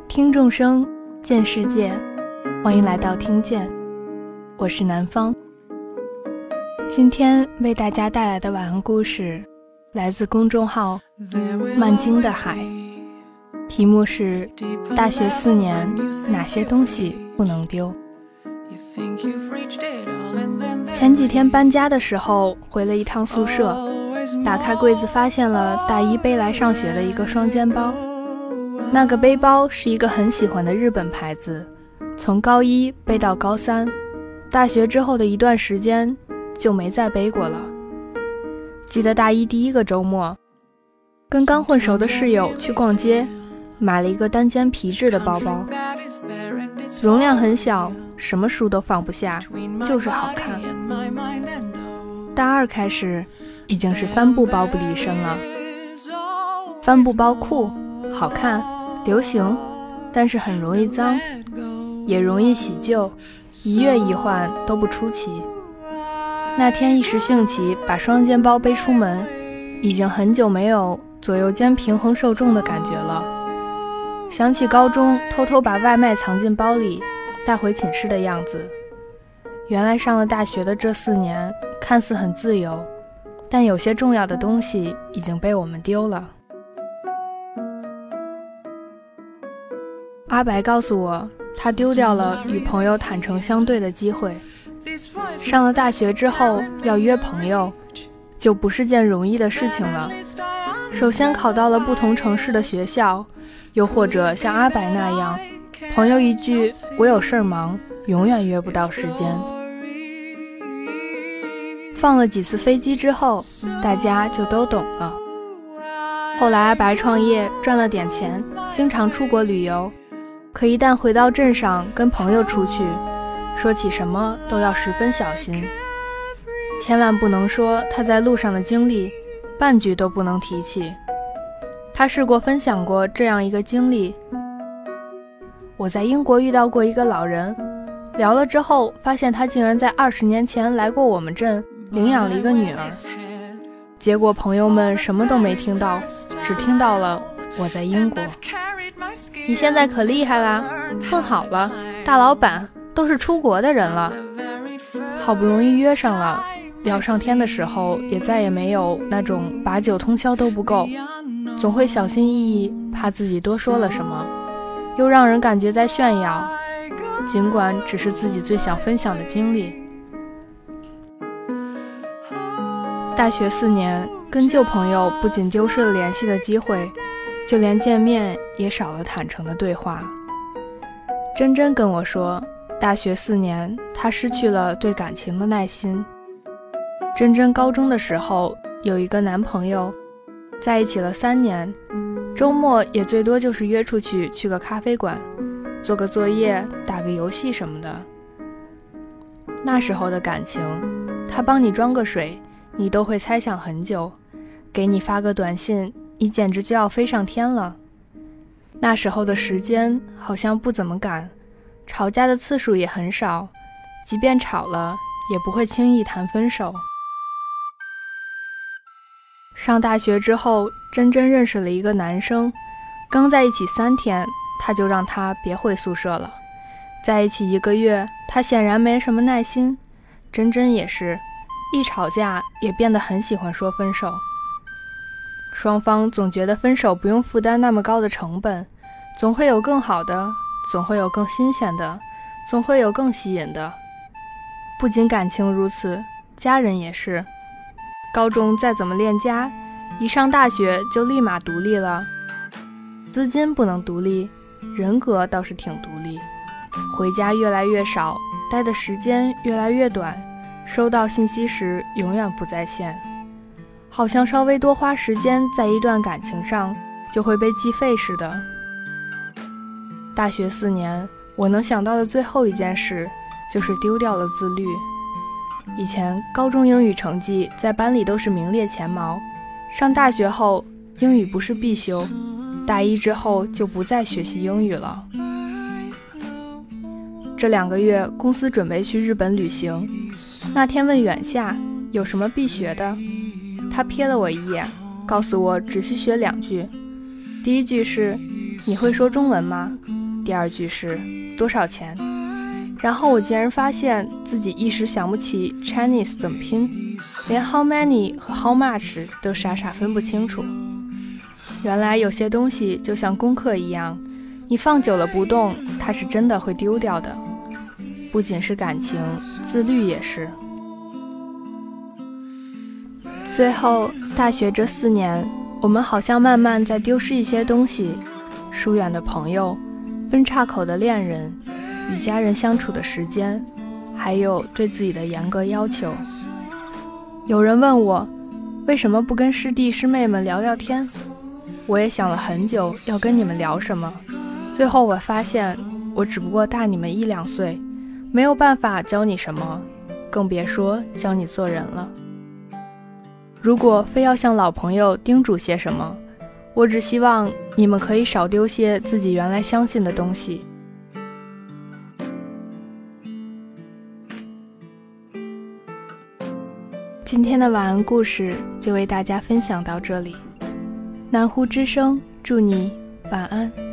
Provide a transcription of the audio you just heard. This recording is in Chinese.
听众生，见世界，欢迎来到听见，我是南方。今天为大家带来的晚安故事来自公众号漫鲸的海，题目是大学4年哪些东西不能丢。前几天搬家的时候回了一趟宿舍，打开柜子发现了大一背来上学的一个双肩包。那个背包是一个很喜欢的日本牌子，从高一背到高3，大学之后的一段时间就没再背过了。记得大一第一个周末，跟刚混熟的室友去逛街，买了一个单肩皮质的包包，容量很小，什么书都放不下，就是好看。大二开始已经是帆布包不离身了，帆布包酷，好看，流行，但是很容易脏，也容易洗旧，一月一换都不出奇。那天一时兴起把双肩包背出门，已经很久没有左右肩平衡受重的感觉了。想起高中偷偷把外卖藏进包里带回寝室的样子，原来上了大学的这4年看似很自由，但有些重要的东西已经被我们丢了。阿白告诉我，他丢掉了与朋友坦诚相对的机会。上了大学之后要约朋友就不是件容易的事情了，首先考到了不同城市的学校，又或者像阿白那样，朋友一句我有事儿忙，永远约不到时间。放了几次飞机之后，大家就都懂了。后来阿白创业赚了点钱，经常出国旅游，可一旦回到镇上跟朋友出去，说起什么都要十分小心，千万不能说他在路上的经历，半句都不能提起。他试过分享过这样一个经历：我在英国遇到过一个老人，聊了之后发现他竟然在20年前来过我们镇，领养了一个女儿。结果朋友们什么都没听到，只听到了我在英国。你现在可厉害啦，混好了，大老板都是出国的人了。好不容易约上了，聊上天的时候也再也没有那种把酒通宵都不够，总会小心翼翼，怕自己多说了什么，又让人感觉在炫耀，尽管只是自己最想分享的经历。大学4年，跟旧朋友不仅丢失了联系的机会，就连见面也少了坦诚的对话。珍珍跟我说，大学4年，她失去了对感情的耐心。珍珍高中的时候有一个男朋友，在一起了3年，周末也最多就是约出去个咖啡馆，做个作业，打个游戏什么的。那时候的感情，他帮你装个水，你都会猜想很久，给你发个短信，你简直就要飞上天了。那时候的时间好像不怎么赶，吵架的次数也很少，即便吵了也不会轻易谈分手。上大学之后，珍珍认识了一个男生，刚在一起3天，他就让他别回宿舍了。在一起1个月，他显然没什么耐心，珍珍也是，一吵架也变得很喜欢说分手。双方总觉得分手不用负担那么高的成本，总会有更好的，总会有更新鲜的，总会有更吸引的。不仅感情如此，家人也是。高中再怎么恋家，一上大学就立马独立了。资金不能独立，人格倒是挺独立。回家越来越少，待的时间越来越短，收到信息时永远不在线。好像稍微多花时间在一段感情上，就会被计费似的。大学4年，我能想到的最后一件事，就是丢掉了自律。以前高中英语成绩在班里都是名列前茅，上大学后英语不是必修，大一之后就不再学习英语了。这2个月公司准备去日本旅行，那天问远夏有什么必学的，他瞥了我一眼，告诉我只需学2句。第一句是你会说中文吗？ 第二句是多少钱，然后我竟然发现自己一时想不起 Chinese 怎么拼，连 how many 和 how much 都傻傻分不清楚。原来有些东西就像功课一样，你放久了不动，它是真的会丢掉的。不仅是感情，自律也是。最后，大学这4年，我们好像慢慢在丢失一些东西，疏远的朋友，分岔口的恋人，与家人相处的时间，还有对自己的严格要求。有人问我，为什么不跟师弟师妹们聊聊天？我也想了很久，要跟你们聊什么。最后我发现，我只不过大你们1、2岁，没有办法教你什么，更别说教你做人了。如果非要向老朋友叮嘱些什么，我只希望你们可以少丢些自己原来相信的东西。今天的晚安故事就为大家分享到这里。南湖之声，祝你晚安。